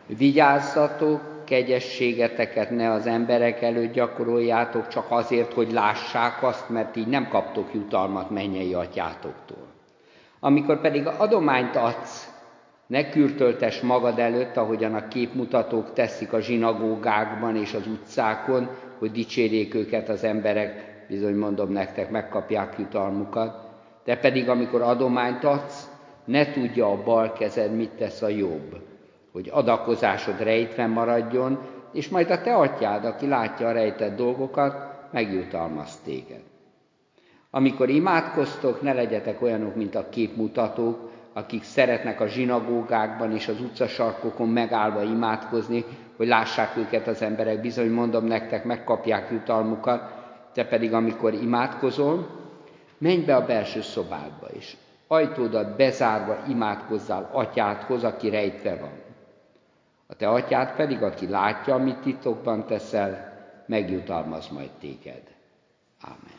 Vigyázzatok, kegyességeteket ne az emberek előtt gyakoroljátok, csak azért, hogy lássák azt, mert így nem kaptok jutalmat mennyei atyátoktól. Amikor pedig adományt adsz, ne kürtöltess magad előtt, ahogyan a képmutatók teszik a zsinagógákban és az utcákon, hogy dicsérjék őket az emberek, bizony mondom nektek, megkapják jutalmukat. Te pedig, amikor adományt adsz, ne tudja a bal kezed, mit tesz a jobb, hogy adakozásod rejtve maradjon, és majd a te atyád, aki látja a rejtett dolgokat, megjutalmaz téged. Amikor imádkoztok, ne legyetek olyanok, mint a képmutatók, akik szeretnek a zsinagógákban és az utcasarkokon megállva imádkozni, hogy lássák őket az emberek, bizony mondom nektek, megkapják jutalmukat. Te pedig, amikor imádkozol, menj be a belső szobádba, és ajtódat bezárva imádkozzál atyádhoz, aki rejtve van. A te atyád pedig, aki látja, amit titokban teszel, megjutalmaz majd téged. Ámen.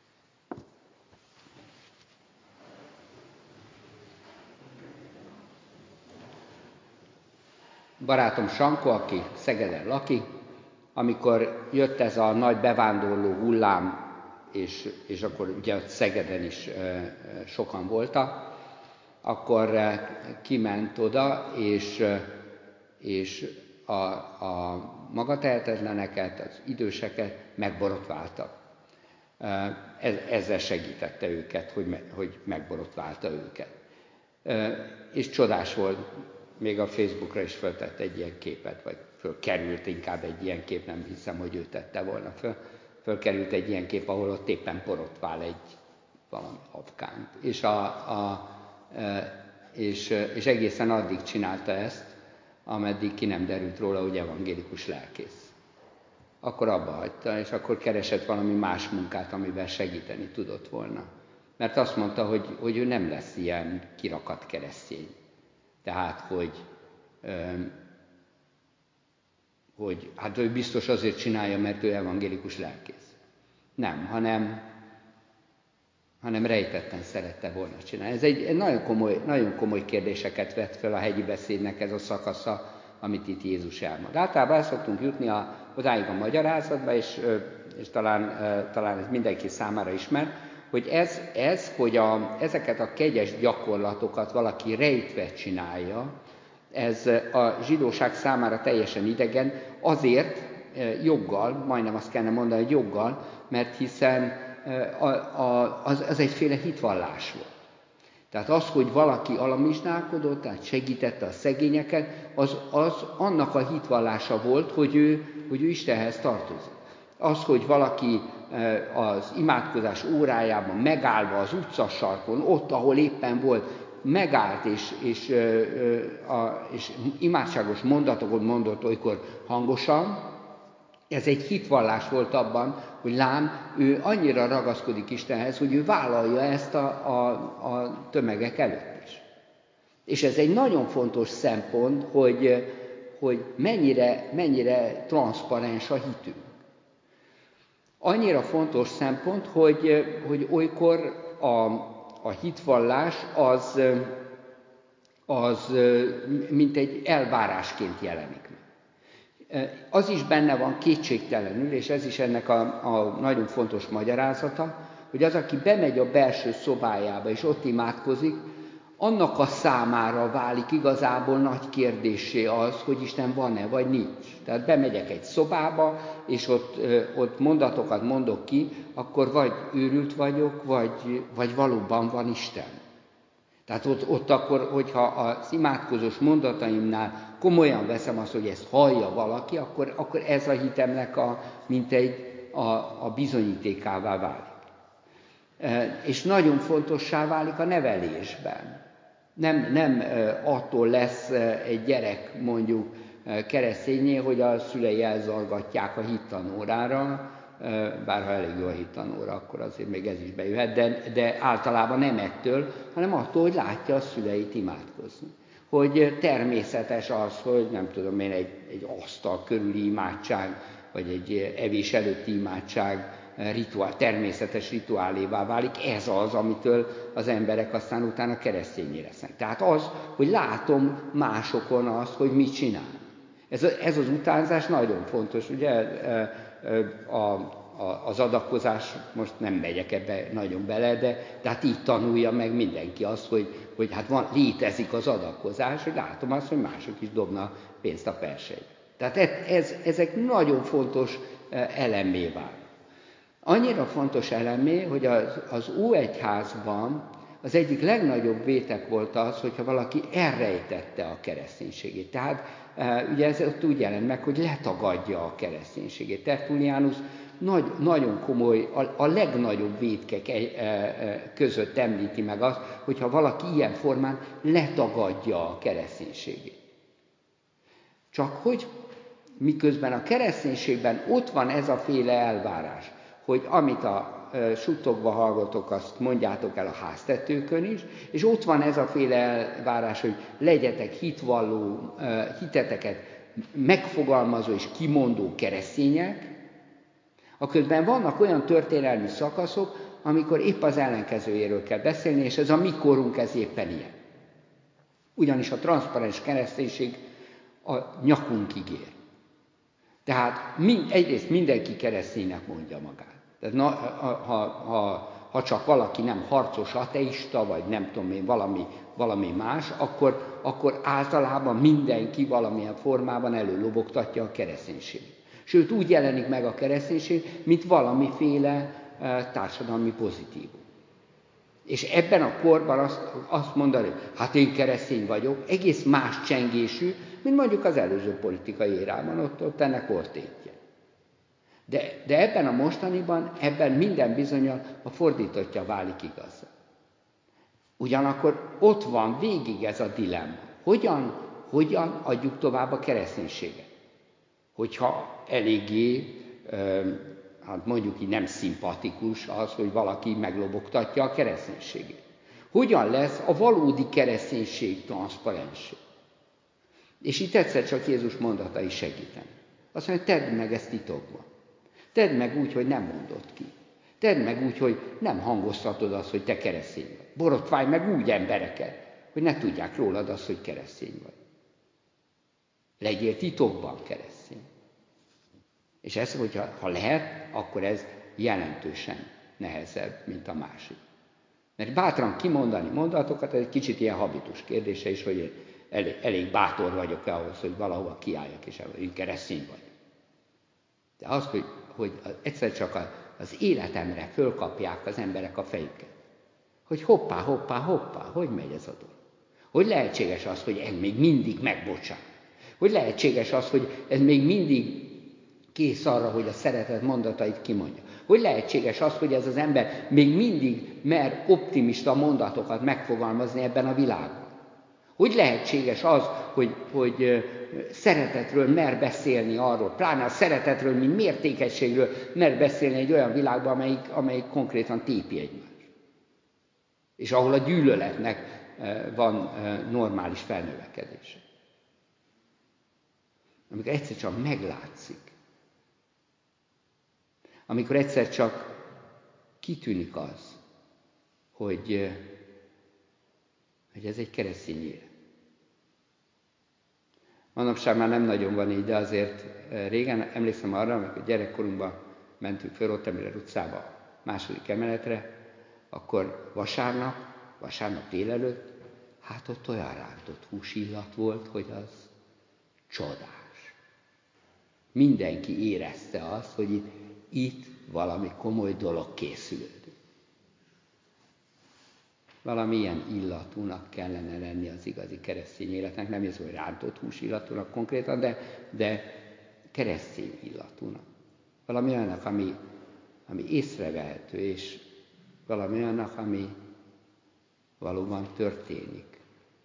Barátom Sankó, aki Szegeden lakik, amikor jött ez a nagy bevándorló hullám, és akkor ugye Szegeden is sokan voltak, akkor kiment oda, és a magatehetetleneket, az időseket megborotválta. Ezzel segítette őket, hogy megborotválta őket. És csodás volt, még a Facebookra is föltett egy ilyen képet, vagy fölkerült inkább egy ilyen kép, nem hiszem, hogy ő tette volna föl. Fölkerült egy ilyen kép, ahol ott éppen borotvál egy valami afgánt. És egészen addig csinálta ezt, ameddig ki nem derült róla, hogy evangélikus lelkész. Akkor abba hagyta, és akkor keresett valami más munkát, amivel segíteni tudott volna. Mert azt mondta, hogy ő nem lesz ilyen kirakat keresztény. Tehát, hogy ő biztos azért csinálja, mert ő evangélikus lelkész. Nem, hanem rejtetten szerette volna csinálni. Ez egy nagyon komoly kérdéseket vett fel a hegyi beszédnek ez a szakasza, amit itt Jézus elmond. Általában el szoktunk jutni odáig a magyarázatba, és talán ez mindenki számára ismert, hogy hogy ezeket a kegyes gyakorlatokat valaki rejtve csinálja, ez a zsidóság számára teljesen idegen, azért joggal, majdnem azt kellene mondani, hogy joggal, mert hiszen az egyféle hitvallás volt. Tehát az, hogy valaki alamizsnálkodott, tehát segítette a szegényeket, az annak a hitvallása volt, hogy ő Istenhez tartozik. Az, hogy valaki az imádkozás órájában megállva az utcasarkon, ott, ahol éppen volt, megállt és imádságos mondatokat mondott olykor hangosan, ez egy hitvallás volt abban, hogy lám, ő annyira ragaszkodik Istenhez, hogy ő vállalja ezt a tömegek előtt is. És ez egy nagyon fontos szempont, hogy mennyire transzparens a hitünk. Annyira fontos szempont, hogy olykor a hitvallás az mint egy elvárásként jelenik meg. Az is benne van kétségtelenül, és ez is ennek a nagyon fontos magyarázata, hogy az, aki bemegy a belső szobájába, és ott imádkozik, annak a számára válik igazából nagy kérdéssé az, hogy Isten van-e, vagy nincs. Tehát bemegyek egy szobába, és ott mondatokat mondok ki, akkor vagy őrült vagyok, vagy valóban van Isten. Tehát ott akkor, hogyha az imádkozós mondataimnál komolyan veszem azt, hogy ezt hallja valaki, akkor ez a hitemnek a bizonyítékává válik. És nagyon fontossá válik a nevelésben. Nem attól lesz egy gyerek mondjuk keresztényé, hogy a szülei elzargatják a hittanórára, bár ha elég jó a hittanóra, akkor azért még ez is bejöhet, de általában nem ettől, hanem attól, hogy látja a szüleit imádkozni. Hogy természetes az, hogy nem tudom én, egy asztal körüli imádság, vagy egy evés előtti imádság természetes rituálévá válik. Ez az, amitől az emberek aztán utána keresztényé lesznek. Tehát az, hogy látom másokon azt, hogy mit csinál. Ez az utánzás nagyon fontos, ugye az adakozás, most nem megyek ebbe nagyon bele, de hát így tanulja meg mindenki azt, hogy hát létezik az adakozás, hogy látom azt, hogy mások is dobnak pénzt a persejbe. Tehát ezek nagyon fontos elemmé válnak. Annyira fontos elemmé, hogy az óegyházban az egyik legnagyobb vétek volt az, hogyha valaki elrejtette a kereszténységét. Tehát ugye ez ott úgy jelent meg, hogy letagadja a kereszténységét. Tertullianus nagyon komoly, a legnagyobb vétkek között említi meg azt, hogyha valaki ilyen formán letagadja a kereszténységét. Csak hogy miközben a kereszténységben ott van ez a féle elvárás, hogy amit a suttogva hallgatok, azt mondjátok el a háztetőkön is, és ott van ez a féle elvárás, hogy legyetek hitvalló, hiteteket megfogalmazó és kimondó keresztények, aközben vannak olyan történelmi szakaszok, amikor épp az ellenkezőjéről kell beszélni, és ez a mi korunk ez éppen ilyen. Ugyanis a transzparens kereszténység a nyakunkig ér. Tehát egyrészt mindenki kereszténynek mondja magát. Tehát ha csak valaki nem harcos ateista, vagy nem tudom én, valami más, akkor általában mindenki valamilyen formában előlobogtatja a kereszténységet. Sőt, úgy jelenik meg a kereszténység, mint valamiféle társadalmi pozitívum. És ebben a korban azt mondani, hogy hát én keresztény vagyok, egész más csengésű, mint mondjuk az előző politikai érában, ott ennek volt tétje. De ebben a mostaniban, ebben minden bizonnyal a fordítottja válik igazra. Ugyanakkor ott van végig ez a dilemma. Hogyan adjuk tovább a kereszténységet? Hogyha eléggé, hát mondjuk így nem szimpatikus az, hogy valaki meglobogtatja a kereszténységét. Hogyan lesz a valódi kereszténység transzparens? És itt egyszer csak Jézus mondatai segítenek. Azt mondja, tedd meg ezt titokban. Tedd meg úgy, hogy nem mondod ki. Tedd meg úgy, hogy nem hangoztatod azt, hogy te keresztény vagy. Borotválj meg úgy embereket, hogy ne tudják rólad azt, hogy keresztény vagy. Legyél titokban keresztény. És ez, ha lehet, akkor ez jelentősen nehezebb, mint a másik. Mert bátran kimondani mondatokat, ez egy kicsit ilyen habitus kérdése is, hogy én elég bátor vagyok ahhoz, hogy valahova kiálljak, és én keresztény vagyok. De az, hogy egyszer csak az életemre fölkapják az emberek a fejüket. Hogy hoppá, hogy megy ez a dolog? Hogy lehetséges az, hogy ez még mindig megbocsát? Hogy lehetséges az, hogy ez még mindig kész arra, hogy a szeretet mondatait kimondja? Hogy lehetséges az, hogy ez az ember még mindig mer optimista mondatokat megfogalmazni ebben a világban? Hogy lehetséges az, hogy szeretetről mer beszélni arról, pláne a szeretetről, mint mértékegységről mer beszélni egy olyan világban, amelyik konkrétan tépi egymást. És ahol a gyűlöletnek van normális felnövekedése. Amikor egyszer csak meglátszik, amikor egyszer csak kitűnik az, hogy ez egy keresztény élet. Manapság már nem nagyon van így, de azért régen emlékszem arra, amikor gyerekkorunkban mentünk föl Rottemiller utcába, második emeletre, akkor vasárnap délelőtt, hát ott olyan rántott húsillat volt, hogy az csodás. Mindenki érezte azt, hogy itt valami komoly dolog készül. Valamilyen illatúnak kellene lenni az igazi keresztény életnek, nem ez, hogy rántott hús illatúnak konkrétan, de keresztény illatúnak. Valami olyannak, ami észrevehető, és valami olyannak, ami valóban történik.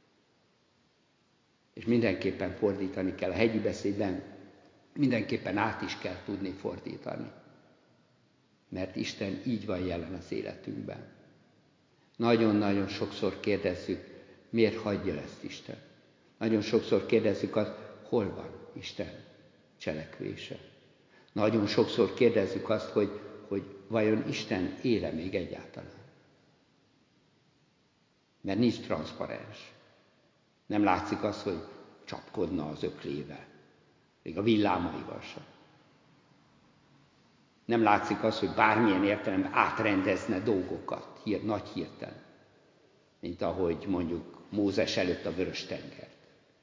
És mindenképpen fordítani kell. A hegyi beszédben mindenképpen át is kell tudni fordítani. Mert Isten így van jelen az életünkben. Nagyon-nagyon sokszor kérdezzük, miért hagyja ezt Isten. Nagyon sokszor kérdezzük azt, hol van Isten cselekvése. Nagyon sokszor kérdezzük azt, hogy vajon Isten éle még egyáltalán. Mert nincs transzparens. Nem látszik az, hogy csapkodna az öklével. még a villámaival sem. Nem látszik az, hogy bármilyen értelemben átrendezne dolgokat, nagy hirtelen, mint ahogy mondjuk Mózes előtt a Vörös-tengert.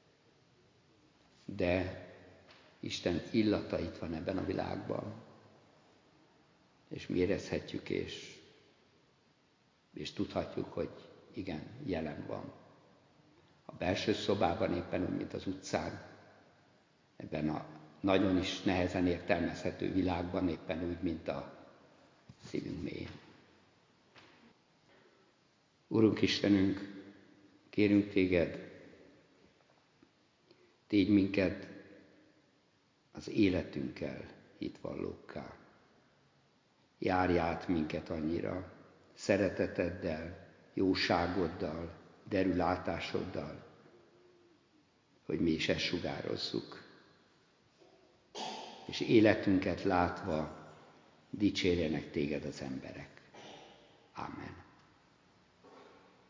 De Isten illata itt van ebben a világban, és mi érezhetjük, és tudhatjuk, hogy igen, jelen van. A belső szobában éppen úgy, mint az utcán, ebben a nagyon is nehezen értelmezhető világban éppen úgy, mint a szívünk mélyén. Urunk Istenünk, kérünk téged, tégy minket az életünkkel hitvallókká. Járj át minket annyira szereteteddel, jóságoddal, derülátásoddal, hogy mi is ezt sugározzuk. És életünket látva dicsérjenek téged az emberek.